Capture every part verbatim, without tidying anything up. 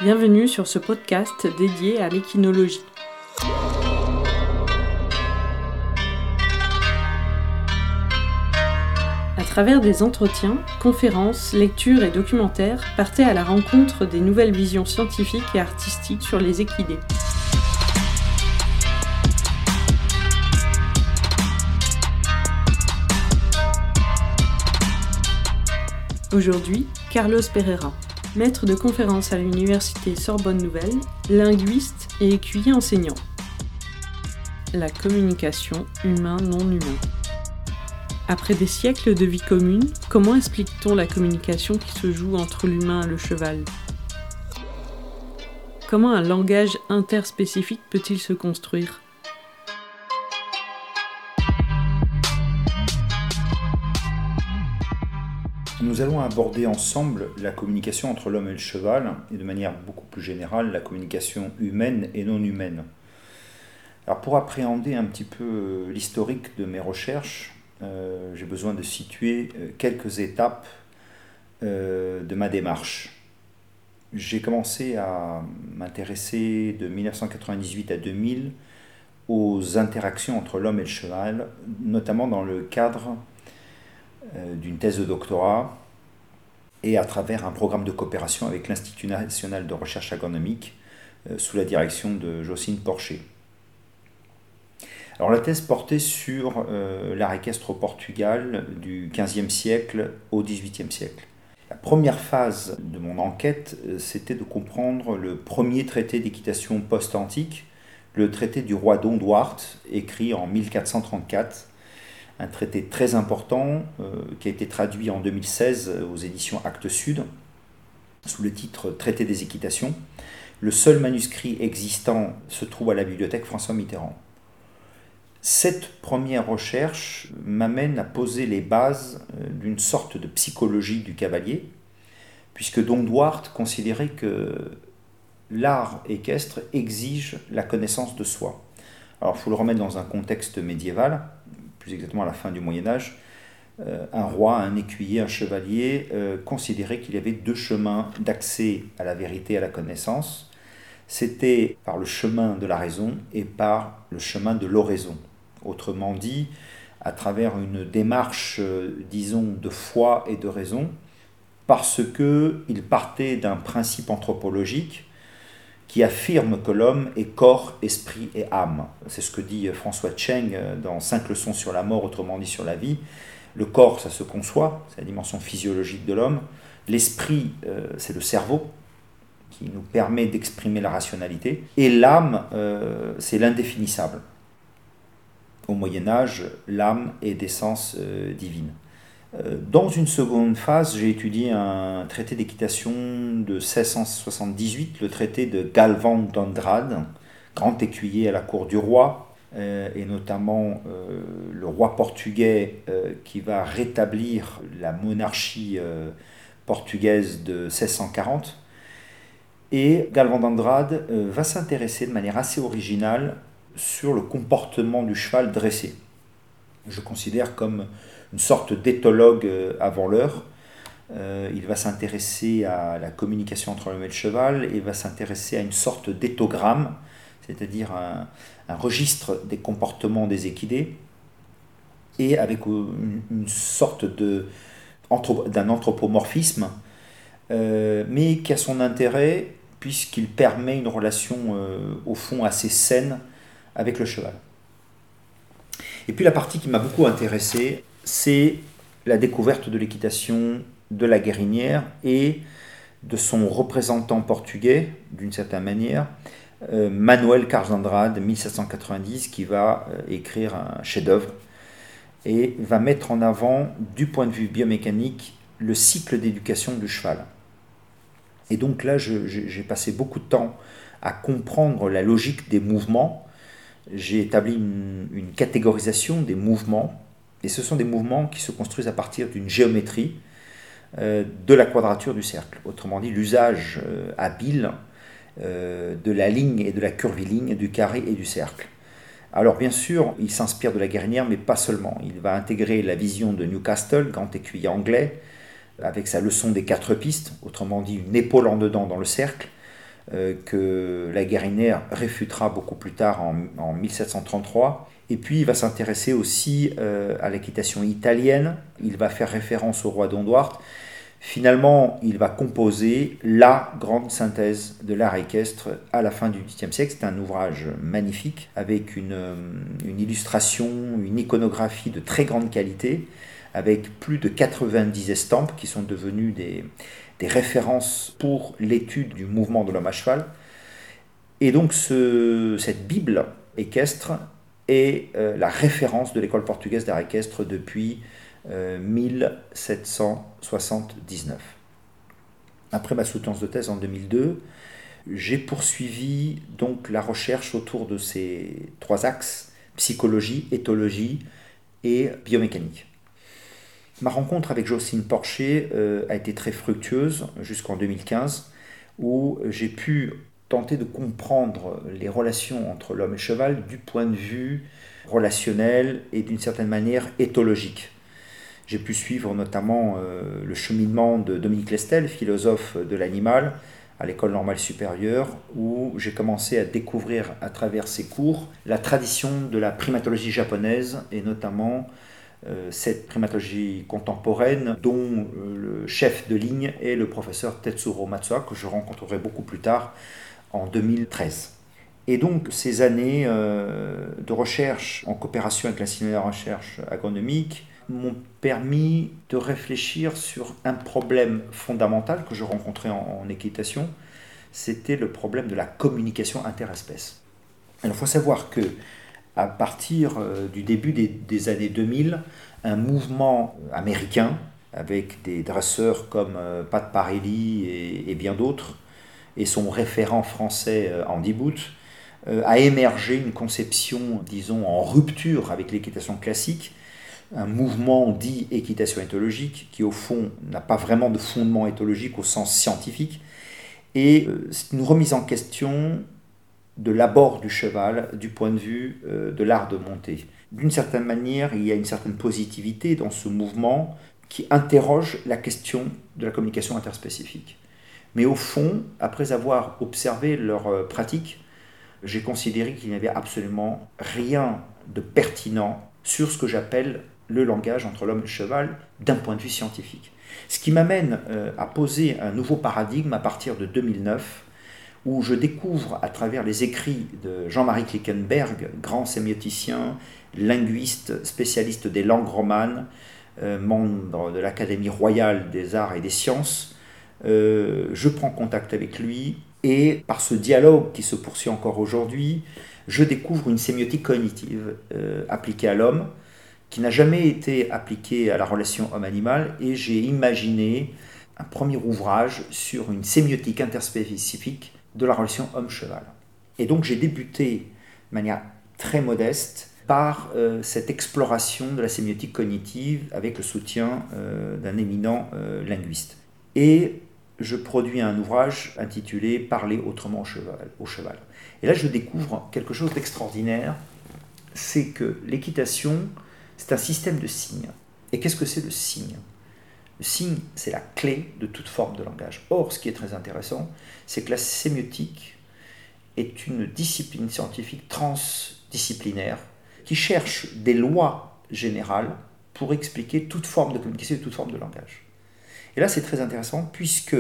Bienvenue sur ce podcast dédié à l'équinologie. À travers des entretiens, conférences, lectures et documentaires, partez à la rencontre des nouvelles visions scientifiques et artistiques sur les équidés. Aujourd'hui, Carlos Pereira, maître de conférences à l'université Sorbonne Nouvelle, linguiste et écuyer enseignant. La communication humain-non-humain. Après des siècles de vie commune, comment explique-t-on la communication qui se joue entre l'humain et le cheval ? Comment un langage interspécifique peut-il se construire ? Nous allons aborder ensemble la communication entre l'homme et le cheval, et de manière beaucoup plus générale, la communication humaine et non humaine. Alors pour appréhender un petit peu l'historique de mes recherches, euh, j'ai besoin de situer quelques étapes euh, de ma démarche. J'ai commencé à m'intéresser de mille neuf cent quatre-vingt-dix-huit à deux mille aux interactions entre l'homme et le cheval, notamment dans le cadre d'une thèse de doctorat et à travers un programme de coopération avec l'Institut national de recherche agronomique euh, sous la direction de Jocelyne Porcher. Alors la thèse portait sur euh, l'art équestre au Portugal du quinzième siècle au dix-huitième siècle. La première phase de mon enquête, euh, c'était de comprendre le premier traité d'équitation post-antique, le traité du roi Dom Duarte, écrit en mille quatre cent trente-quatre, un traité très important euh, qui a été traduit en deux mille seize aux éditions Actes Sud sous le titre Traité des équitations. Le seul manuscrit existant se trouve à la bibliothèque François Mitterrand. Cette première recherche m'amène à poser les bases d'une sorte de psychologie du cavalier, puisque Dom Duarte considérait que l'art équestre exige la connaissance de soi. Alors il faut le remettre dans un contexte médiéval, plus exactement à la fin du Moyen-Âge, euh, un roi, un écuyer, un chevalier euh, considéraient qu'il y avait deux chemins d'accès à la vérité et à la connaissance. C'était par le chemin de la raison et par le chemin de l'oraison. Autrement dit, à travers une démarche, euh, disons, de foi et de raison, parce qu'il partait d'un principe anthropologique qui affirme que l'homme est corps, esprit et âme. C'est ce que dit François Cheng dans Cinq leçons sur la mort, autrement dit sur la vie. Le corps, ça se conçoit, c'est la dimension physiologique de l'homme. L'esprit, euh, c'est le cerveau, qui nous permet d'exprimer la rationalité. Et l'âme, euh, c'est l'indéfinissable. Au Moyen-Âge, l'âme est d'essence euh, divine. Dans une seconde phase, j'ai étudié un traité d'équitation de seize cent soixante-dix-huit, le traité de Galvão d'Andrade, grand écuyer à la cour du roi, euh, et notamment euh, le roi portugais euh, qui va rétablir la monarchie euh, portugaise de seize cent quarante. Et Galvão d'Andrade euh, va s'intéresser de manière assez originale sur le comportement du cheval dressé. Je considère comme une sorte d'éthologue avant l'heure. Euh, il va s'intéresser à la communication entre l'homme et le cheval et va s'intéresser à une sorte d'éthogramme, c'est-à-dire un, un registre des comportements des équidés, et avec une, une sorte de, d'un anthropomorphisme, euh, mais qui a son intérêt puisqu'il permet une relation euh, au fond assez saine avec le cheval. Et puis la partie qui m'a beaucoup intéressé, c'est la découverte de l'équitation de la guérinière et de son représentant portugais, d'une certaine manière, euh, Manuel Carlos d'Andrade, mille sept cent quatre-vingt-dix, qui va euh, écrire un chef-d'œuvre et va mettre en avant, du point de vue biomécanique, le cycle d'éducation du cheval. Et donc là, je, j'ai passé beaucoup de temps à comprendre la logique des mouvements. J'ai établi une, une catégorisation des mouvements, et ce sont des mouvements qui se construisent à partir d'une géométrie euh, de la quadrature du cercle. Autrement dit, l'usage euh, habile euh, de la ligne et de la curviligne, du carré et du cercle. Alors bien sûr, il s'inspire de la guérinière, mais pas seulement. Il va intégrer la vision de Newcastle, grand écuyer anglais, avec sa leçon des quatre pistes, autrement dit une épaule en dedans dans le cercle, euh, que la Guérinière réfutera beaucoup plus tard en, en mille sept cent trente-trois. Et puis il va s'intéresser aussi euh, à l'équitation italienne, il va faire référence au roi Don-Duarte. Finalement, il va composer la grande synthèse de l'art équestre à la fin du dix-huitième siècle. C'est un ouvrage magnifique avec une, une illustration, une iconographie de très grande qualité, avec plus de quatre-vingt-dix estampes qui sont devenues des, des références pour l'étude du mouvement de l'homme à cheval. Et donc ce, cette Bible équestre est euh, la référence de l'école portugaise d'art équestre depuis euh, mille sept cent soixante-dix-neuf. Après ma soutenance de thèse en deux mille deux, j'ai poursuivi donc la recherche autour de ces trois axes, psychologie, éthologie et biomécanique. Ma rencontre avec Jocelyne Porcher euh, a été très fructueuse jusqu'en deux mille quinze, où j'ai pu tenter de comprendre les relations entre l'homme et le cheval du point de vue relationnel et d'une certaine manière éthologique. J'ai pu suivre notamment euh, le cheminement de Dominique Lestel, philosophe de l'animal, à l'école normale supérieure, où j'ai commencé à découvrir à travers ses cours la tradition de la primatologie japonaise, et notamment euh, cette primatologie contemporaine dont euh, le chef de ligne est le professeur Tetsuro Matsuda, que je rencontrerai beaucoup plus tard en deux mille treize. Et donc ces années euh, de recherche en coopération avec l'Institut de recherche agronomique m'ont permis de réfléchir sur un problème fondamental que je rencontrais en, en équitation, c'était le problème de la communication interespèces. Alors il faut savoir que à partir euh, du début des, des années deux mille, un mouvement américain avec des dresseurs comme euh, Pat Parelli et, et bien d'autres, et son référent français euh, Andy Booth, euh, a émergé une conception, disons, en rupture avec l'équitation classique, un mouvement dit équitation éthologique qui au fond n'a pas vraiment de fondement éthologique au sens scientifique, et euh, c'est une remise en question de l'abord du cheval du point de vue euh, de l'art de monter. D'une certaine manière, il y a une certaine positivité dans ce mouvement qui interroge la question de la communication interspécifique. Mais au fond, après avoir observé leur euh, pratique, j'ai considéré qu'il n'y avait absolument rien de pertinent sur ce que j'appelle le langage entre l'homme et le cheval d'un point de vue scientifique. Ce qui m'amène euh, à poser un nouveau paradigme à partir de deux mille neuf, où je découvre à travers les écrits de Jean-Marie Klickenberg, grand sémioticien, linguiste, spécialiste des langues romanes, euh, membre de l'Académie royale des arts et des sciences, euh, je prends contact avec lui et par ce dialogue qui se poursuit encore aujourd'hui, je découvre une sémiotique cognitive euh, appliquée à l'homme, qui n'a jamais été appliquée à la relation homme-animal, et j'ai imaginé un premier ouvrage sur une sémiotique interspécifique de la relation homme-cheval. Et donc j'ai débuté de manière très modeste par euh, cette exploration de la sémiotique cognitive avec le soutien euh, d'un éminent euh, linguiste. Et je produis un ouvrage intitulé « Parler autrement au cheval, au cheval ». Et là je découvre quelque chose d'extraordinaire, c'est que l'équitation, c'est un système de signes. Et qu'est-ce que c'est le signe ? Le signe, c'est la clé de toute forme de langage. Or, ce qui est très intéressant, c'est que la sémiotique est une discipline scientifique transdisciplinaire qui cherche des lois générales pour expliquer toute forme de communication et toute forme de langage. Et là, c'est très intéressant puisque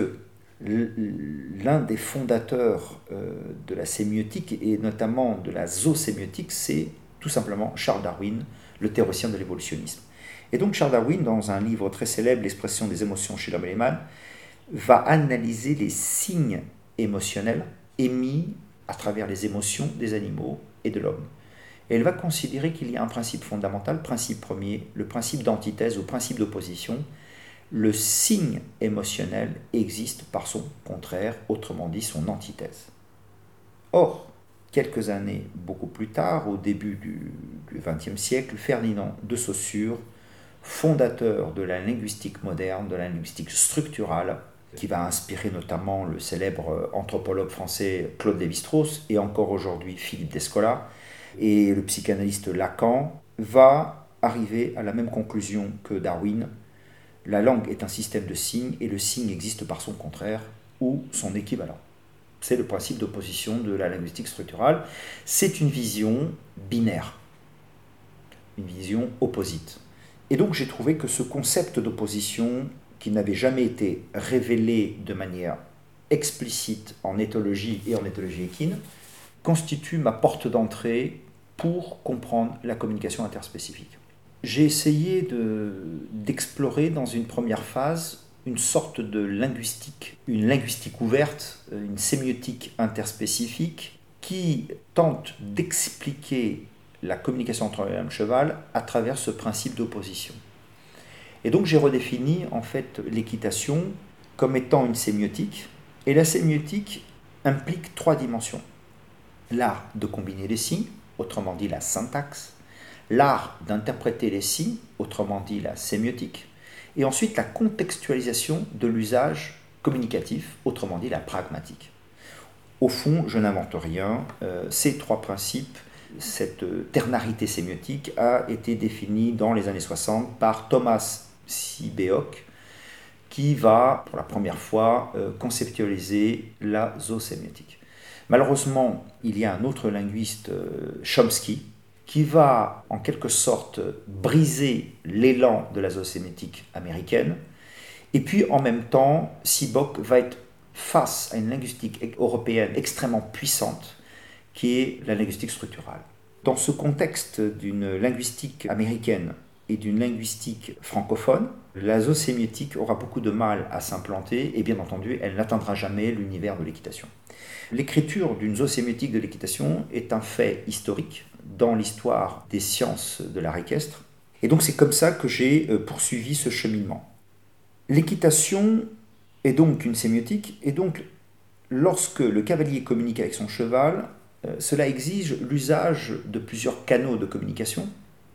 l'un des fondateurs de la sémiotique et notamment de la zoosémiotique, c'est tout simplement Charles Darwin, le théoricien de l'évolutionnisme. Et donc Charles Darwin, dans un livre très célèbre, L'expression des émotions chez l'homme et l'animal, va analyser les signes émotionnels émis à travers les émotions des animaux et de l'homme. Et elle va considérer qu'il y a un principe fondamental, principe premier, le principe d'antithèse ou principe d'opposition. Le signe émotionnel existe par son contraire, autrement dit son antithèse. Or, quelques années beaucoup plus tard, au début du vingtième siècle, Ferdinand de Saussure, fondateur de la linguistique moderne, de la linguistique structurale, qui va inspirer notamment le célèbre anthropologue français Claude Lévi-Strauss et encore aujourd'hui Philippe Descola, et le psychanalyste Lacan, va arriver à la même conclusion que Darwin. La langue est un système de signes et le signe existe par son contraire ou son équivalent. C'est le principe d'opposition de la linguistique structurale. C'est une vision binaire, une vision opposite. Et donc j'ai trouvé que ce concept d'opposition, qui n'avait jamais été révélé de manière explicite en éthologie et en éthologie équine, constitue ma porte d'entrée pour comprendre la communication interspécifique. J'ai essayé de, d'explorer dans une première phase une sorte de linguistique, une linguistique ouverte, une sémiotique interspécifique qui tente d'expliquer la communication entre l'homme et le cheval à travers ce principe d'opposition. Et donc j'ai redéfini en fait l'équitation comme étant une sémiotique, et la sémiotique implique trois dimensions. L'art de combiner les signes, autrement dit la syntaxe, l'art d'interpréter les signes, autrement dit la sémiotique, et ensuite la contextualisation de l'usage communicatif, autrement dit la pragmatique. Au fond, je n'invente rien, euh, ces trois principes, cette ternarité sémiotique a été définie dans les années soixante par Thomas Sibéok, qui va, pour la première fois, euh, conceptualiser la zoosémiotique. Malheureusement, il y a un autre linguiste, euh, Chomsky, qui va en quelque sorte briser l'élan de la zoosémiotique américaine, et puis en même temps, Sibok va être face à une linguistique européenne extrêmement puissante, qui est la linguistique structurale. Dans ce contexte d'une linguistique américaine et d'une linguistique francophone, la zoosémiotique aura beaucoup de mal à s'implanter, et bien entendu, elle n'atteindra jamais l'univers de l'équitation. L'écriture d'une zoosémiotique de l'équitation est un fait historique dans l'histoire des sciences de l'art équestre, et donc c'est comme ça que j'ai poursuivi ce cheminement. L'équitation est donc une sémiotique, et donc lorsque le cavalier communique avec son cheval, euh, cela exige l'usage de plusieurs canaux de communication.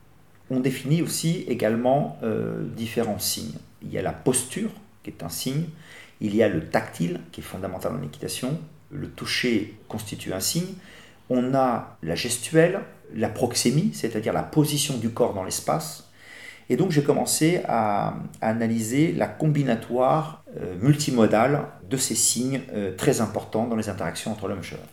On définit aussi également euh, différents signes. Il y a la posture, qui est un signe, il y a le tactile, qui est fondamental en équitation, le toucher constitue un signe, on a la gestuelle, la proxémie, c'est-à-dire la position du corps dans l'espace, et donc j'ai commencé à, à analyser la combinatoire euh, multimodale de ces signes euh, très importants dans les interactions entre l'homme et le cheval.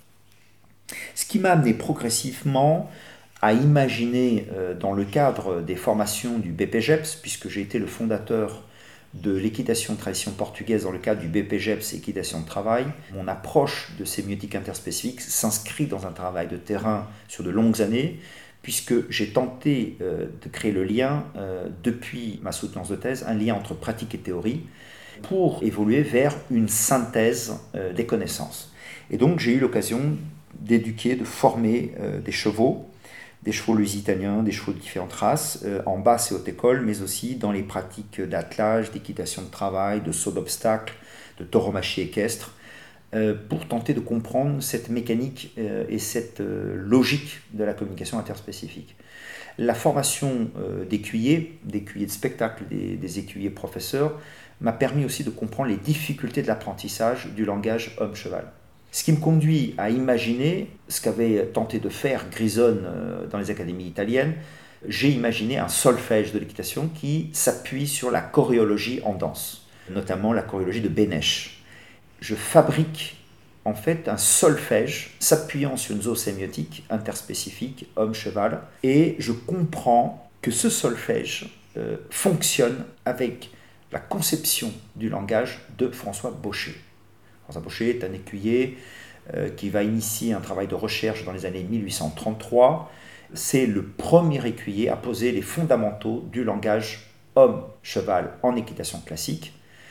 Ce qui m'a amené progressivement à imaginer, euh, dans le cadre des formations du B P G E P S, puisque j'ai été le fondateur de l'équitation de tradition portugaise dans le cadre du B P G E P S équitation de travail, mon approche de sémiotique interspécifique s'inscrit dans un travail de terrain sur de longues années, puisque j'ai tenté euh, de créer le lien, euh, depuis ma soutenance de thèse, un lien entre pratique et théorie, pour évoluer vers une synthèse euh, des connaissances. Et donc j'ai eu l'occasion d'éduquer, de former euh, des chevaux, des chevaux lusitaniens, des chevaux de différentes races, euh, en basse et haute école, mais aussi dans les pratiques d'attelage, d'équitation de travail, de saut d'obstacles, de tauromachie équestre, euh, pour tenter de comprendre cette mécanique euh, et cette euh, logique de la communication interspécifique. La formation euh, d'écuyers, d'écuyers de spectacle, des, des écuyers professeurs, m'a permis aussi de comprendre les difficultés de l'apprentissage du langage homme-cheval. Ce qui me conduit à imaginer ce qu'avait tenté de faire Grisone dans les académies italiennes. J'ai imaginé un solfège de l'équitation qui s'appuie sur la choréologie en danse, notamment la choréologie de Bénèche. Je fabrique en fait un solfège s'appuyant sur une zoosémiotique interspécifique homme-cheval, et je comprends que ce solfège euh, fonctionne avec la conception du langage de François Baucher. François Baucher est un écuyer euh, qui va initier un travail de recherche dans les années mille huit cent trente-trois. C'est le premier écuyer à poser les fondamentaux du langage homme-cheval en équitation classique.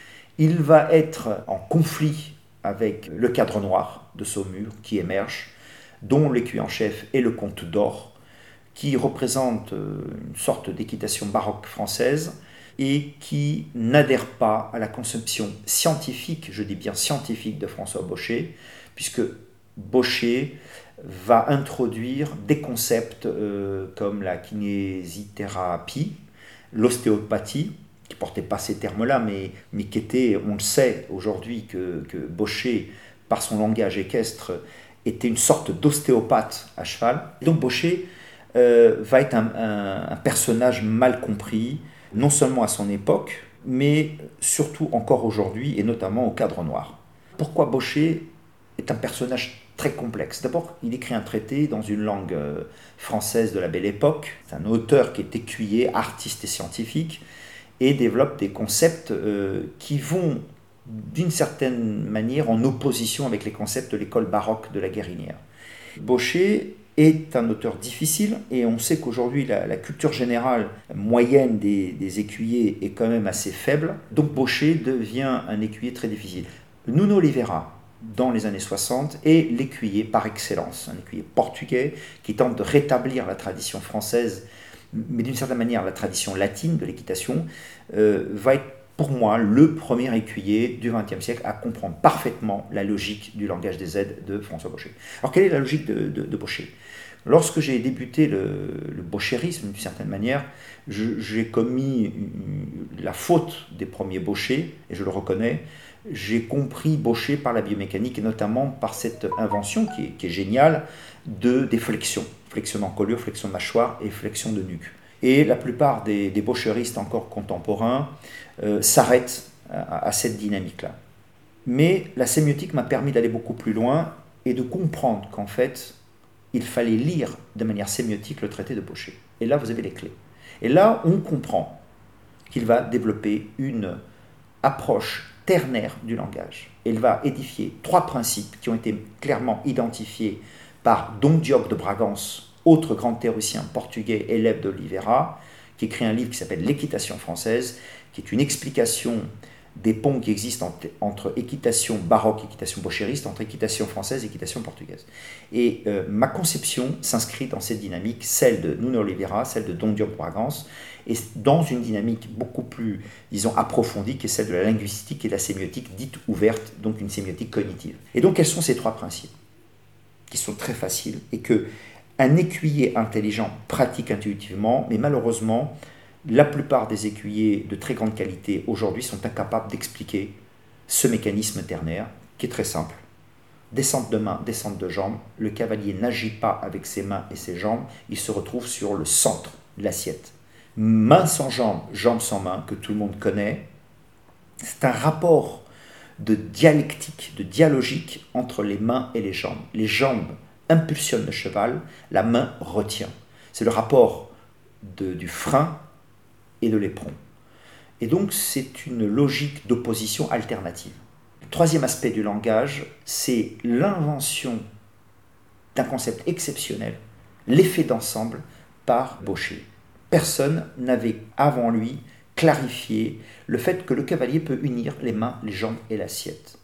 Il va être en conflit avec le cadre noir de Saumur qui émerge, dont l'écuyer en chef est le comte d'Or, qui représente une sorte d'équitation baroque française et qui n'adhère pas à la conception scientifique, je dis bien scientifique, de François Baucher, puisque Baucher va introduire des concepts euh, comme la kinésithérapie, l'ostéopathie, qui ne portait pas ces termes-là, mais, mais qui était, on le sait aujourd'hui, que, que Baucher, par son langage équestre, était une sorte d'ostéopathe à cheval. Donc Baucher euh, va être un, un, un personnage mal compris, non seulement à son époque, mais surtout encore aujourd'hui, et notamment au cadre noir. Pourquoi Baucher est un personnage très complexe. D'abord, il écrit un traité dans une langue euh, française de la Belle Époque. C'est un auteur qui est écuyer, artiste et scientifique, et développe des concepts euh, qui vont, d'une certaine manière, en opposition avec les concepts de l'école baroque de la guérinière. Baucher est un auteur difficile, et on sait qu'aujourd'hui la, la culture générale moyenne des, des écuyers est quand même assez faible, donc Baucher devient un écuyer très difficile. Nuno Oliveira, dans les années soixante, est l'écuyer par excellence, un écuyer portugais qui tente de rétablir la tradition française, mais d'une certaine manière la tradition latine de l'équitation, euh, va être pour moi le premier écuyer du vingtième siècle à comprendre parfaitement la logique du langage des aides de François Baucher. Alors quelle est la logique de, de, de Baucher ? Lorsque j'ai débuté le, le bauchérisme, d'une certaine manière, je, j'ai commis une, la faute des premiers Baucher, et je le reconnais. J'ai compris Baucher par la biomécanique, et notamment par cette invention qui est, qui est géniale, de, des flexions. Flexion d'encolure, flexion de mâchoire et flexion de nuque. Et la plupart des, des baucheristes encore contemporains euh, s'arrêtent à, à cette dynamique-là. Mais la sémiotique m'a permis d'aller beaucoup plus loin et de comprendre qu'en fait, il fallait lire de manière sémiotique le traité de Baucher. Et là, vous avez les clés. Et là, on comprend qu'il va développer une approche ternaire du langage. Il va édifier trois principes qui ont été clairement identifiés par Dom Diogo de Bragança, autre grand théoricien portugais, élève d'Oliveira, qui écrit un livre qui s'appelle L'équitation française, qui est une explication des ponts qui existent entre, entre équitation baroque et équitation bauchériste, entre équitation française et équitation portugaise. Et euh, ma conception s'inscrit dans cette dynamique, celle de Nuno Oliveira, celle de Dom Diogo de Bragança, et dans une dynamique beaucoup plus, disons, approfondie, qui est celle de la linguistique et de la sémiotique dite ouverte, donc une sémiotique cognitive. Et donc, quels sont ces trois principes ? Qui sont très faciles, et que un écuyer intelligent pratique intuitivement, mais malheureusement, la plupart des écuyers de très grande qualité aujourd'hui sont incapables d'expliquer ce mécanisme ternaire, qui est très simple. Descente de main, descente de jambe, le cavalier n'agit pas avec ses mains et ses jambes, il se retrouve sur le centre de l'assiette. Main sans jambe, jambe sans main, que tout le monde connaît, c'est un rapport de dialectique, de dialogique entre les mains et les jambes. Les jambes impulsionnent le cheval, la main retient. C'est le rapport de, du frein et de l'éperon. Et donc c'est une logique d'opposition alternative. Le troisième aspect du langage, c'est l'invention d'un concept exceptionnel, l'effet d'ensemble par Baucher. Personne n'avait avant lui clarifié le fait que le cavalier peut unir les mains, les jambes et l'assiette.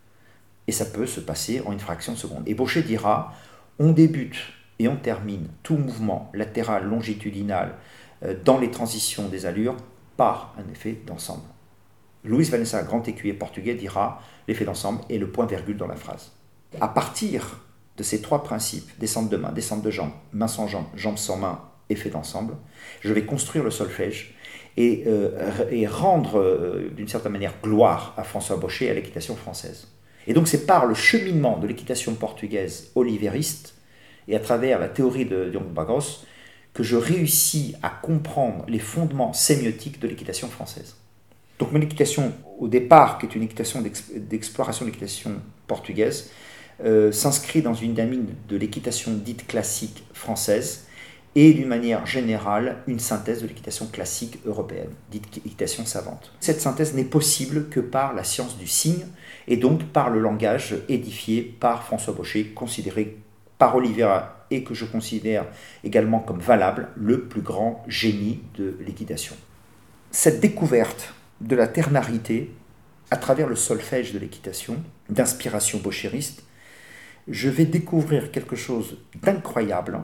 Et ça peut se passer en une fraction de seconde. Et Baucher dira, on débute et on termine tout mouvement latéral, longitudinal, euh, dans les transitions des allures, par un effet d'ensemble. Luis Vanessa, grand écuyer portugais, dira, l'effet d'ensemble est le point-virgule dans la phrase. À partir de ces trois principes, descente de main, descente de jambe, main sans jambe, jambe sans main, effet d'ensemble, je vais construire le solfège et, euh, et rendre euh, d'une certaine manière gloire à François Baucher et à l'équitation française. Et donc c'est par le cheminement de l'équitation portugaise olivériste et à travers la théorie de Diogo de Bragança que je réussis à comprendre les fondements sémiotiques de l'équitation française. Donc mon équitation au départ, qui est une équitation d'exploration de l'équitation portugaise, euh, s'inscrit dans une dynamique de l'équitation dite classique française et d'une manière générale une synthèse de l'équitation classique européenne, dite équitation savante. Cette synthèse n'est possible que par la science du signe et donc par le langage édifié par François Baucher, considéré par Oliveira et que je considère également comme valable, le plus grand génie de l'équitation. Cette découverte de la ternarité à travers le solfège de l'équitation, d'inspiration bauchériste, je vais découvrir quelque chose d'incroyable,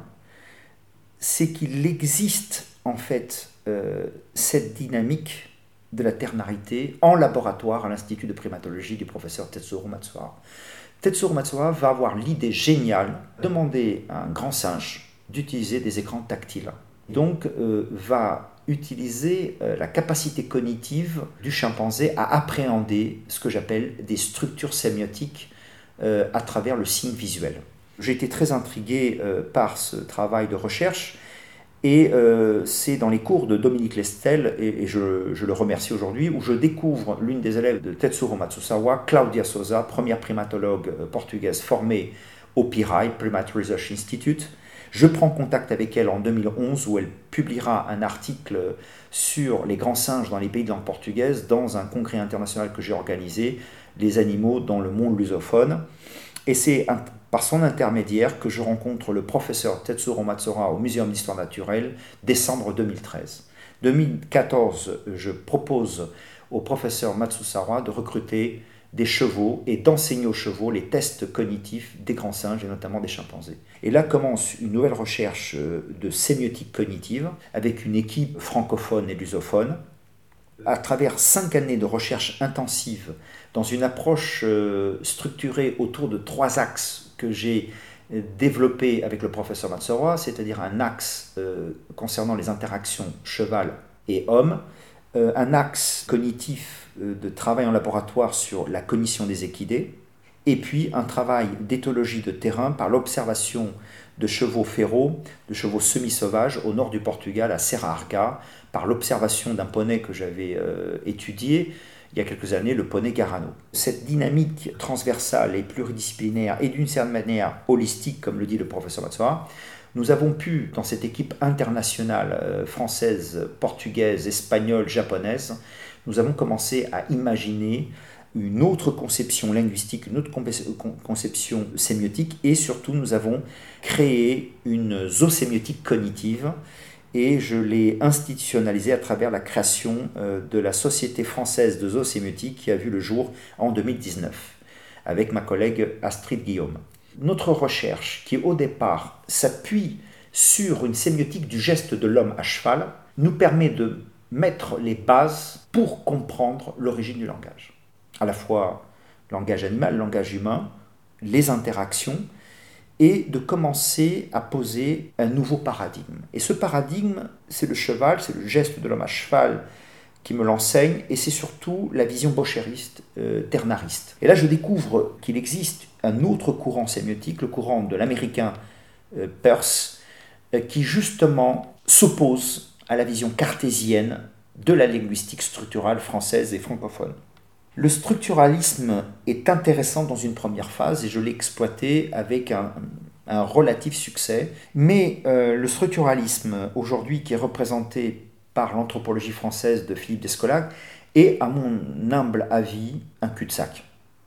c'est qu'il existe en fait euh, cette dynamique de la ternarité en laboratoire à l'Institut de primatologie du professeur Tetsuro Matsuura. Tetsuro Matsuura va avoir l'idée géniale de demander à un grand singe d'utiliser des écrans tactiles. Donc euh, va utiliser euh, la capacité cognitive du chimpanzé à appréhender ce que j'appelle des structures sémiotiques euh, à travers le signe visuel. J'ai été très intrigué euh, par ce travail de recherche Et euh, c'est dans les cours de Dominique Lestel, et, et je, je le remercie aujourd'hui, où je découvre l'une des élèves de Tetsuro Matsusawa, Claudia Sousa, première primatologue portugaise formée au P R I, Primate Research Institute. Je prends contact avec elle en deux mille onze, où elle publiera un article sur les grands singes dans les pays de langue portugaise dans un congrès international que j'ai organisé, Les animaux dans le monde lusophone. Et c'est un, par son intermédiaire que je rencontre le professeur Tetsuro Matsuura au Muséum d'Histoire Naturelle, décembre deux mille treize. deux mille quatorze, je propose au professeur Matsuura de recruter des chevaux et d'enseigner aux chevaux les tests cognitifs des grands singes et notamment des chimpanzés. Et là commence une nouvelle recherche de sémiotique cognitive avec une équipe francophone et lusophone. À travers cinq années de recherche intensive dans une approche structurée autour de trois axes que j'ai développés avec le professeur Matsuura, c'est-à-dire un axe concernant les interactions cheval et homme, un axe cognitif de travail en laboratoire sur la cognition des équidés, et puis un travail d'éthologie de terrain par l'observation de chevaux féraux, de chevaux semi-sauvages au nord du Portugal, à Serra Arga, par l'observation d'un poney que j'avais euh, étudié il y a quelques années, le poney Garano. Cette dynamique transversale et pluridisciplinaire et d'une certaine manière holistique, comme le dit le professeur Matsuura, nous avons pu, dans cette équipe internationale euh, française, portugaise, espagnole, japonaise, nous avons commencé à imaginer une autre conception linguistique, une autre conception sémiotique, et surtout nous avons créé une zoosémiotique cognitive, et je l'ai institutionnalisée à travers la création de la Société française de zoosémiotique qui a vu le jour en deux mille dix-neuf, avec ma collègue Astrid Guillaume. Notre recherche, qui au départ s'appuie sur une sémiotique du geste de l'homme à cheval, nous permet de mettre les bases pour comprendre l'origine du langage. À la fois langage animal, langage humain, les interactions, et de commencer à poser un nouveau paradigme. Et ce paradigme, c'est le cheval, c'est le geste de l'homme à cheval qui me l'enseigne, et c'est surtout la vision bochériste, euh, ternariste. Et là, je découvre qu'il existe un autre courant sémiotique, le courant de l'américain euh, Peirce, euh, qui justement s'oppose à la vision cartésienne de la linguistique structurale française et francophone. Le structuralisme est intéressant dans une première phase et je l'ai exploité avec un, un relatif succès, mais euh, le structuralisme aujourd'hui qui est représenté par l'anthropologie française de Philippe Descola est, à mon humble avis, un cul-de-sac,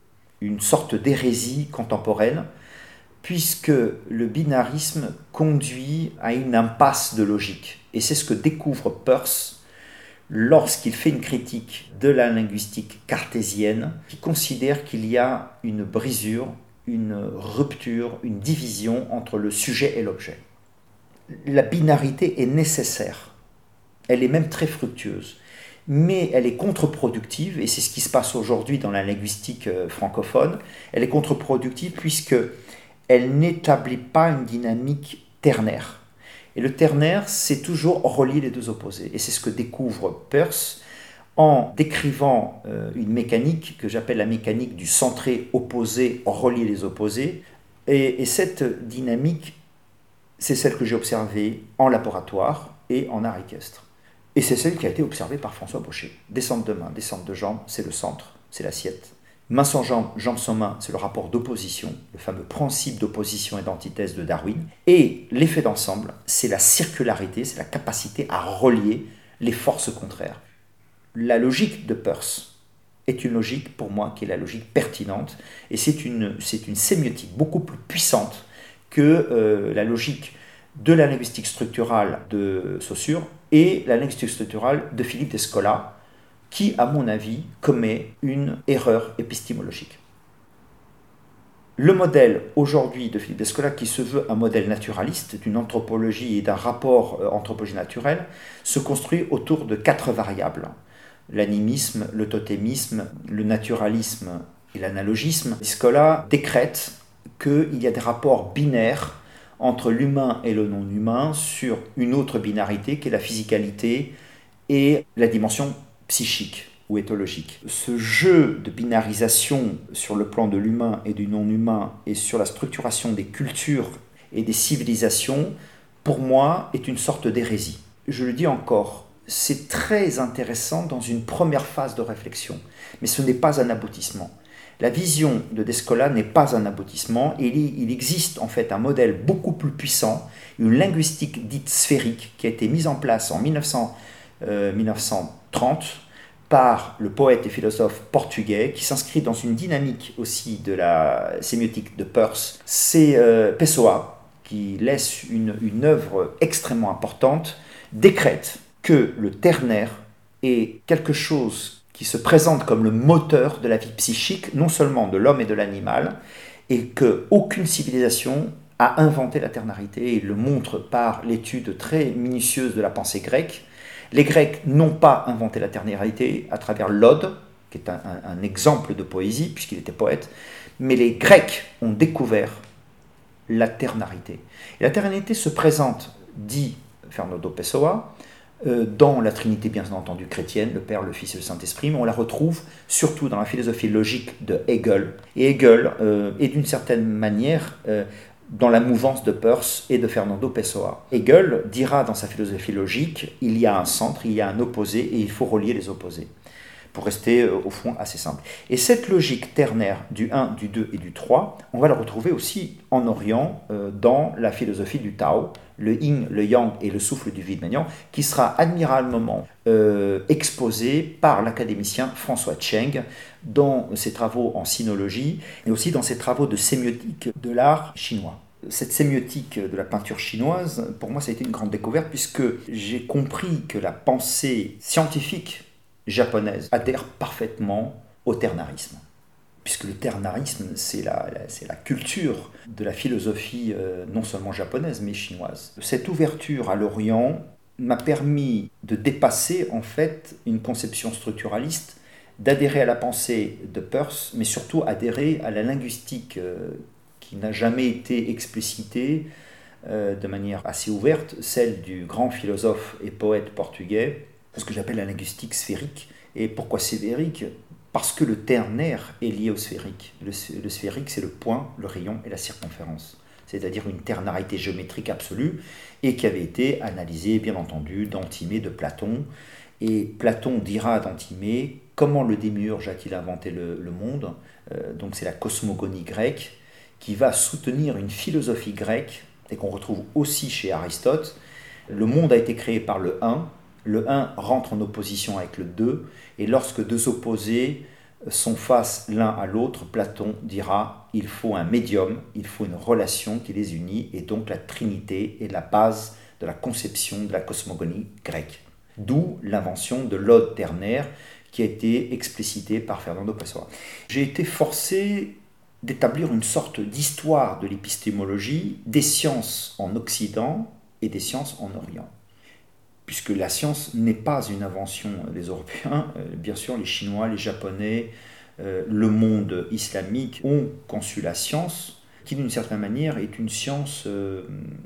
une sorte d'hérésie contemporaine, puisque le binarisme conduit à une impasse de logique. Et c'est ce que découvre Peirce lorsqu'il fait une critique de la linguistique cartésienne, qui considère qu'il y a une brisure, une rupture, une division entre le sujet et l'objet. La binarité est nécessaire, elle est même très fructueuse, mais elle est contre-productive, et c'est ce qui se passe aujourd'hui dans la linguistique francophone. Elle est contre-productive puisqu'elle n'établit pas une dynamique ternaire. Et le ternaire, c'est toujours relier les deux opposés. Et c'est ce que découvre Peirce en décrivant euh, une mécanique que j'appelle la mécanique du centré opposé, relier les opposés. Et, et cette dynamique, c'est celle que j'ai observée en laboratoire et en art équestre. Et c'est celle qui a été observée par François Baucher. Descente de main, descente de jambes, c'est le centre, c'est l'assiette. Main sans jambe, jambe sans main, c'est le rapport d'opposition, le fameux principe d'opposition et d'antithèse de Darwin. Et l'effet d'ensemble, c'est la circularité, c'est la capacité à relier les forces contraires. La logique de Peirce est une logique, pour moi, qui est la logique pertinente, et c'est une, c'est une sémiotique beaucoup plus puissante que euh, la logique de la linguistique structurale de Saussure et la linguistique structurale de Philippe Descola, qui, à mon avis, commet une erreur épistémologique. Le modèle aujourd'hui de Philippe Descola, qui se veut un modèle naturaliste d'une anthropologie et d'un rapport anthropologie naturelle, se construit autour de quatre variables. L'animisme, le totémisme, le naturalisme et l'analogisme. Descola décrète qu'il y a des rapports binaires entre l'humain et le non-humain sur une autre binarité qui est la physicalité et la dimension psychique ou éthologique. Ce jeu de binarisation sur le plan de l'humain et du non-humain et sur la structuration des cultures et des civilisations pour moi, est une sorte d'hérésie. Je le dis encore, c'est très intéressant dans une première phase de réflexion, mais ce n'est pas un aboutissement. La vision de Descola n'est pas un aboutissement, et il existe en fait un modèle beaucoup plus puissant, une linguistique dite sphérique, qui a été mise en place en mille neuf cents, euh, mille neuf cent trente par le poète et philosophe portugais, qui s'inscrit dans une dynamique aussi de la sémiotique de Peirce. C'est euh, Pessoa, qui laisse une, une œuvre extrêmement importante, décrète que le ternaire est quelque chose qui se présente comme le moteur de la vie psychique, non seulement de l'homme et de l'animal, et qu'aucune civilisation a inventé la ternarité, et il le montre par l'étude très minutieuse de la pensée grecque. Les Grecs n'ont pas inventé la ternarité à travers l'Ode, qui est un, un, un exemple de poésie, puisqu'il était poète, mais les Grecs ont découvert la ternarité. Et la ternarité se présente, dit Fernando Pessoa, dans la Trinité bien entendu chrétienne, le Père, le Fils et le Saint-Esprit, mais on la retrouve surtout dans la philosophie logique de Hegel. Et Hegel euh, est d'une certaine manière euh, dans la mouvance de Peirce et de Fernando Pessoa. Hegel dira dans sa philosophie logique, il y a un centre, il y a un opposé, et il faut relier les opposés, pour rester euh, au fond assez simple. Et cette logique ternaire du un, du deux et du trois, on va la retrouver aussi en Orient, euh, dans la philosophie du Tao, le yin, le yang et le souffle du vide-mendiant, qui sera admirablement euh, exposé par l'académicien François Cheng dans ses travaux en sinologie et aussi dans ses travaux de sémiotique de l'art chinois. Cette sémiotique de la peinture chinoise, pour moi, ça a été une grande découverte puisque j'ai compris que la pensée scientifique japonaise adhère parfaitement au ternarisme. Puisque le ternarisme, c'est la, la, c'est la culture de la philosophie euh, non seulement japonaise, mais chinoise. Cette ouverture à l'Orient m'a permis de dépasser en fait une conception structuraliste, d'adhérer à la pensée de Peirce, mais surtout adhérer à la linguistique euh, qui n'a jamais été explicitée euh, de manière assez ouverte, celle du grand philosophe et poète portugais, ce que j'appelle la linguistique sphérique. Et pourquoi sphérique ? Parce que le ternaire est lié au sphérique. Le, le sphérique, c'est le point, le rayon et la circonférence. C'est-à-dire une ternarité géométrique absolue, et qui avait été analysée, bien entendu, d'Antimée, de Platon. Et Platon dira d'Antimée comment le démiurge a-t-il inventé le, le monde. Euh, donc c'est la cosmogonie grecque, qui va soutenir une philosophie grecque, et qu'on retrouve aussi chez Aristote. Le monde a été créé par le un. Le un rentre en opposition avec le deux, et lorsque deux opposés sont face l'un à l'autre, Platon dira il faut un médium, il faut une relation qui les unit, et donc la Trinité est la base de la conception de la cosmogonie grecque. D'où l'invention de l'ode ternaire qui a été explicitée par Fernando Pessoa. J'ai été forcé d'établir une sorte d'histoire de l'épistémologie des sciences en Occident et des sciences en Orient. Puisque la science n'est pas une invention des Européens, euh, bien sûr les Chinois, les Japonais, euh, le monde islamique ont conçu la science, qui d'une certaine manière est une science euh,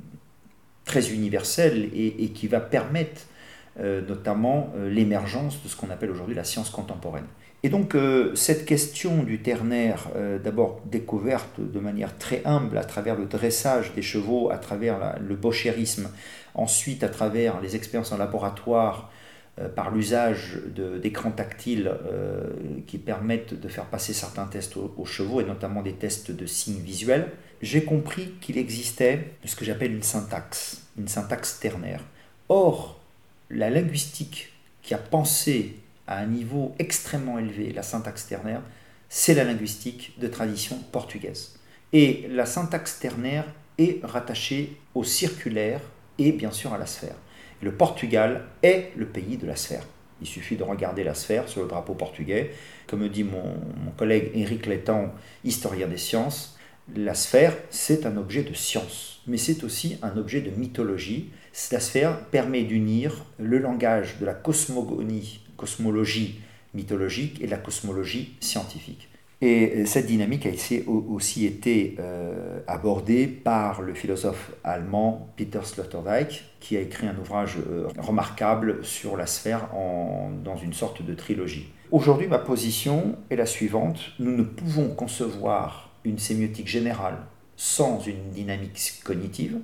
très universelle et, et qui va permettre euh, notamment euh, l'émergence de ce qu'on appelle aujourd'hui la science contemporaine. Et donc euh, cette question du ternaire, euh, d'abord découverte de manière très humble à travers le dressage des chevaux, à travers la, le bochérisme, ensuite à travers les expériences en laboratoire, euh, par l'usage de, d'écrans tactiles euh, qui permettent de faire passer certains tests aux, aux chevaux, et notamment des tests de signes visuels, j'ai compris qu'il existait ce que j'appelle une syntaxe, une syntaxe ternaire. Or, la linguistique qui a pensé à un niveau extrêmement élevé la syntaxe ternaire, c'est la linguistique de tradition portugaise. Et la syntaxe ternaire est rattachée au circulaire et bien sûr à la sphère. Le Portugal est le pays de la sphère. Il suffit de regarder la sphère sur le drapeau portugais. Comme me dit mon, mon collègue Éric Létan, historien des sciences, la sphère, c'est un objet de science, mais c'est aussi un objet de mythologie. La sphère permet d'unir le langage de la cosmogonie, cosmologie mythologique et la cosmologie scientifique. Et cette dynamique a aussi été euh, abordée par le philosophe allemand Peter Sloterdijk, qui a écrit un ouvrage euh, remarquable sur la sphère en, dans une sorte de trilogie. Aujourd'hui, ma position est la suivante. Nous ne pouvons concevoir une sémiotique générale sans une dynamique cognitive,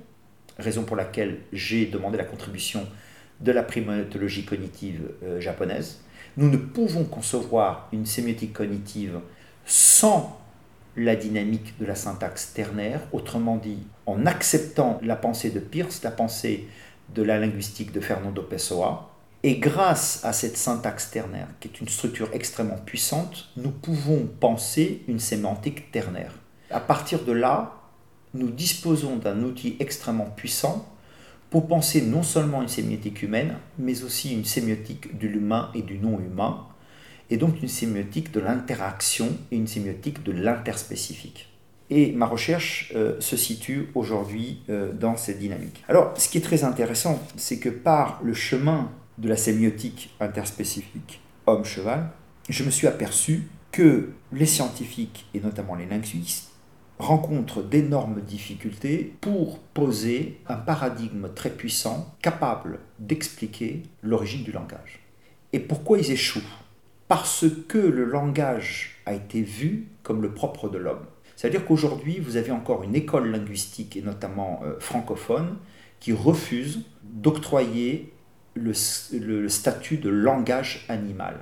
raison pour laquelle j'ai demandé la contribution de la primatologie cognitive euh, japonaise. Nous ne pouvons concevoir une sémiotique cognitive sans la dynamique de la syntaxe ternaire, autrement dit, en acceptant la pensée de Peirce, la pensée de la linguistique de Fernando Pessoa. Et grâce à cette syntaxe ternaire, qui est une structure extrêmement puissante, nous pouvons penser une sémantique ternaire. À partir de là, nous disposons d'un outil extrêmement puissant pour penser non seulement une sémiotique humaine, mais aussi une sémiotique de l'humain et du non-humain, et donc une sémiotique de l'interaction et une sémiotique de l'interspécifique. Et ma recherche euh, se situe aujourd'hui euh, dans cette dynamique. Alors, ce qui est très intéressant, c'est que par le chemin de la sémiotique interspécifique homme-cheval, je me suis aperçu que les scientifiques, et notamment les linguistes, rencontrent d'énormes difficultés pour poser un paradigme très puissant capable d'expliquer l'origine du langage. Et pourquoi ils échouent ? Parce que le langage a été vu comme le propre de l'homme. C'est-à-dire qu'aujourd'hui, vous avez encore une école linguistique, et notamment euh, francophone, qui refuse d'octroyer le, le statut de langage animal.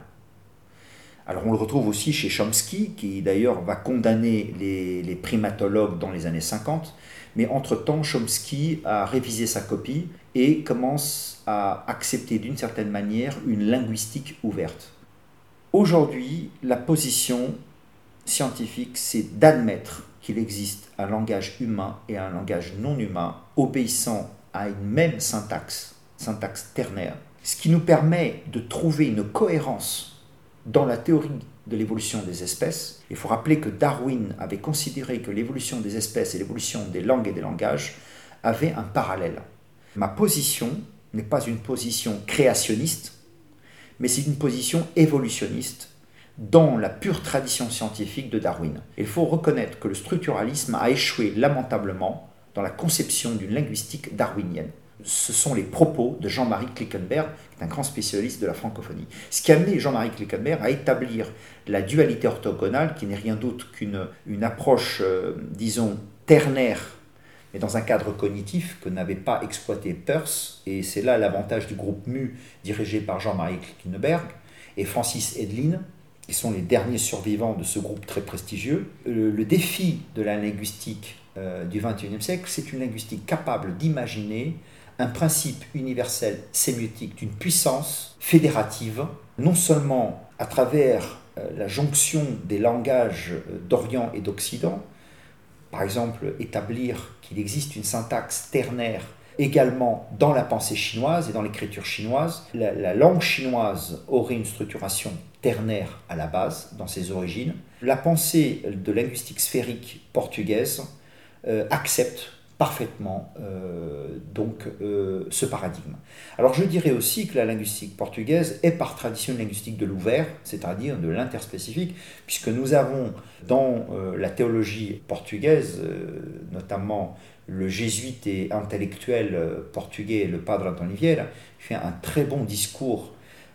Alors on le retrouve aussi chez Chomsky, qui d'ailleurs va condamner les, les primatologues dans les années cinquante, mais entre-temps Chomsky a révisé sa copie et commence à accepter d'une certaine manière une linguistique ouverte. Aujourd'hui, la position scientifique, c'est d'admettre qu'il existe un langage humain et un langage non humain, obéissant à une même syntaxe, syntaxe ternaire, ce qui nous permet de trouver une cohérence dans la théorie de l'évolution des espèces. Il faut rappeler que Darwin avait considéré que l'évolution des espèces et l'évolution des langues et des langages avaient un parallèle. Ma position n'est pas une position créationniste, mais c'est une position évolutionniste dans la pure tradition scientifique de Darwin. Il faut reconnaître que le structuralisme a échoué lamentablement dans la conception d'une linguistique darwinienne. Ce sont les propos de Jean-Marie Klickenberg, qui est un grand spécialiste de la francophonie. Ce qui a amené Jean-Marie Klickenberg à établir la dualité orthogonale, qui n'est rien d'autre qu'une une approche, euh, disons, ternaire, mais dans un cadre cognitif que n'avait pas exploité Peirce. Et c'est là l'avantage du groupe M U, dirigé par Jean-Marie Klickenberg et Francis Edlin, qui sont les derniers survivants de ce groupe très prestigieux. Le, le défi de la linguistique euh, du vingt et unième siècle, c'est une linguistique capable d'imaginer un principe universel sémiotique d'une puissance fédérative, non seulement à travers euh, la jonction des langages d'Orient et d'Occident, par exemple établir qu'il existe une syntaxe ternaire également dans la pensée chinoise et dans l'écriture chinoise. La, la langue chinoise aurait une structuration ternaire à la base, dans ses origines. La pensée de linguistique sphérique portugaise euh, accepte parfaitement euh, donc euh, ce paradigme. Alors je dirais aussi que la linguistique portugaise est par tradition une linguistique de l'ouvert, c'est-à-dire de l'interspécifique, puisque nous avons dans euh, la théologie portugaise, euh, notamment le jésuite et intellectuel euh, portugais, le Padre António Vieira, qui fait un très bon discours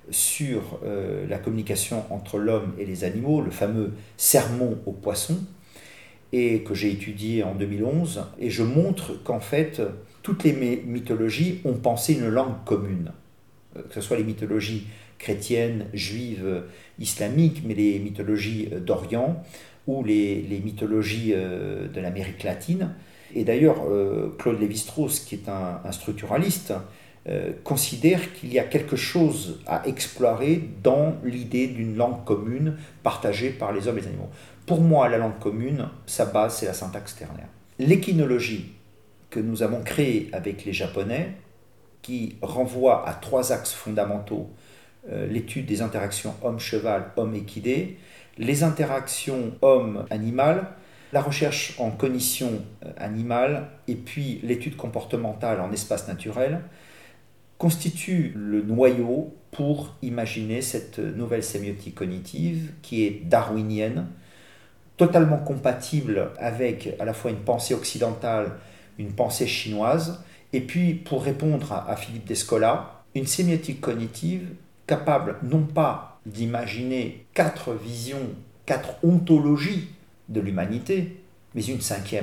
sur euh, la communication entre l'homme et les animaux, le fameux sermon aux poissons, et que j'ai étudié en deux mille onze, et je montre qu'en fait, toutes les mythologies ont pensé une langue commune, que ce soit les mythologies chrétiennes, juives, islamiques, mais les mythologies d'Orient, ou les, les mythologies de l'Amérique latine. Et d'ailleurs, Claude Lévi-Strauss, qui est un, un structuraliste, euh, considère qu'il y a quelque chose à explorer dans l'idée d'une langue commune partagée par les hommes et les animaux. Pour moi, la langue commune, sa base, c'est la syntaxe ternaire. L'équinologie que nous avons créée avec les Japonais, qui renvoie à trois axes fondamentaux, euh, l'étude des interactions homme-cheval, homme-équidé, les interactions homme-animal, la recherche en cognition animale et puis l'étude comportementale en espace naturel, constituent le noyau pour imaginer cette nouvelle sémiotique cognitive qui est darwinienne, totalement compatible avec à la fois une pensée occidentale, une pensée chinoise, et puis pour répondre à, à Philippe Descola, une sémiotique cognitive capable non pas d'imaginer quatre visions, quatre ontologies de l'humanité, mais une cinquième,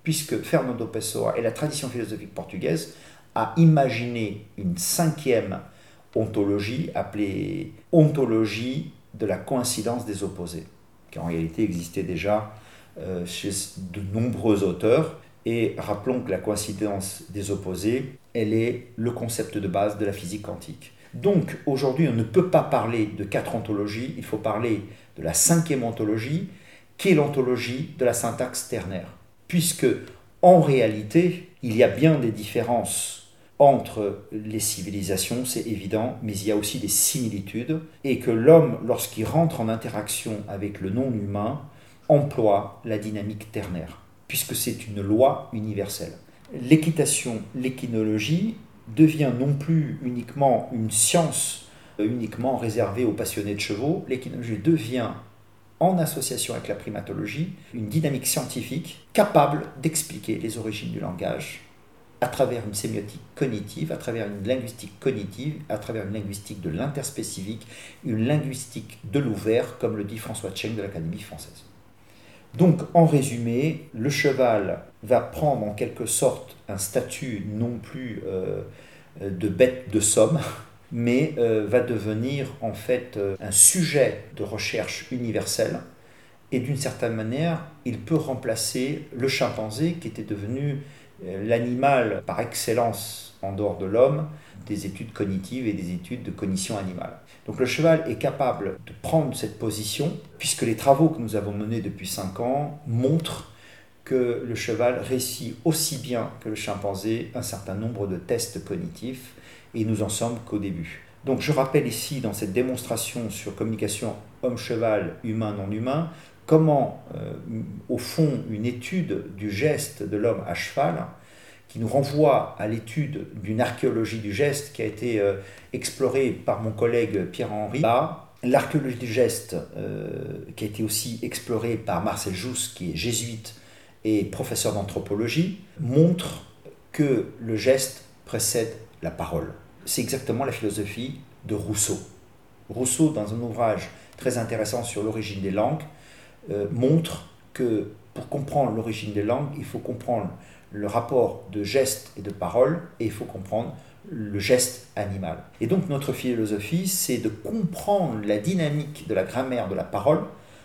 puisque Fernando Pessoa et la tradition philosophique portugaise a imaginé une cinquième ontologie appelée ontologie de la coïncidence des opposés, qui en réalité existait déjà euh, chez de nombreux auteurs. Et rappelons que la coïncidence des opposés, elle est le concept de base de la physique quantique. Donc aujourd'hui, on ne peut pas parler de quatre ontologies, il faut parler de la cinquième ontologie, qui est l'ontologie de la syntaxe ternaire. Puisque, en réalité, il y a bien des différences entre les civilisations, c'est évident, mais il y a aussi des similitudes, et que l'homme, lorsqu'il rentre en interaction avec le non-humain, emploie la dynamique ternaire, puisque c'est une loi universelle. L'équitation, l'équinologie, devient non plus uniquement une science uniquement réservée aux passionnés de chevaux, l'équinologie devient, en association avec la primatologie, une dynamique scientifique capable d'expliquer les origines du langage à travers une sémiotique cognitive, à travers une linguistique cognitive, à travers une linguistique de l'interspécifique, une linguistique de l'ouvert, comme le dit François Tcheng de l'Académie française. Donc, en résumé, le cheval va prendre en quelque sorte un statut non plus euh, de bête de somme, mais euh, va devenir en fait euh, un sujet de recherche universel. Et d'une certaine manière, il peut remplacer le chimpanzé qui était devenu euh, l'animal par excellence en dehors de l'homme des études cognitives et des études de cognition animale. Donc le cheval est capable de prendre cette position, puisque les travaux que nous avons menés depuis cinq ans montrent que le cheval réussit aussi bien que le chimpanzé un certain nombre de tests cognitifs, et nous en sommes qu'au début. Donc je rappelle ici, dans cette démonstration sur communication homme-cheval, humain-non-humain, comment, euh, au fond, une étude du geste de l'homme à cheval, qui nous renvoie à l'étude d'une archéologie du geste qui a été euh, explorée par mon collègue Pierre-Henri. Là, l'archéologie du geste, euh, qui a été aussi explorée par Marcel Jousse, qui est jésuite et professeur d'anthropologie, montre que le geste précède la parole. C'est exactement la philosophie de Rousseau. Rousseau, dans un ouvrage très intéressant sur l'origine des langues, euh, montre que pour comprendre l'origine des langues, il faut comprendre le rapport de geste et de parole, et il faut comprendre le geste animal. Et donc notre philosophie, c'est de comprendre la dynamique de la grammaire de la parole,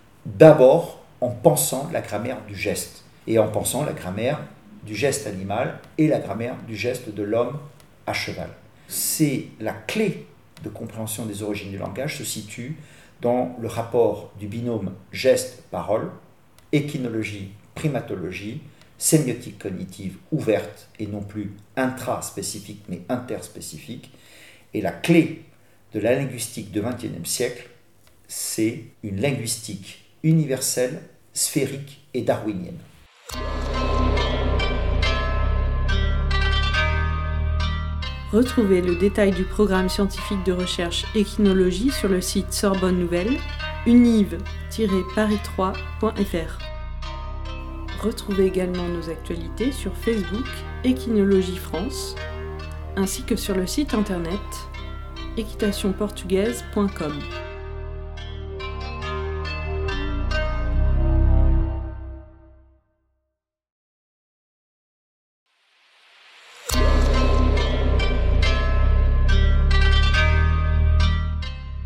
d'abord en pensant la grammaire du geste, et en pensant la grammaire du geste animal et la grammaire du geste de l'homme à cheval. C'est la clé de compréhension des origines du langage se situe dans le rapport du binôme geste-parole, équinologie, primatologie, sémiotique cognitive ouverte et non plus intraspécifique mais interspécifique. Et la clé de la linguistique du vingt et unième siècle, c'est une linguistique universelle, sphérique et darwinienne. Retrouvez le détail du programme scientifique de recherche équinologie sur le site Sorbonne Nouvelle, univ tiret paris trois point f r. Retrouvez également nos actualités sur Facebook Équinologie France, ainsi que sur le site internet équitation portugaise point com.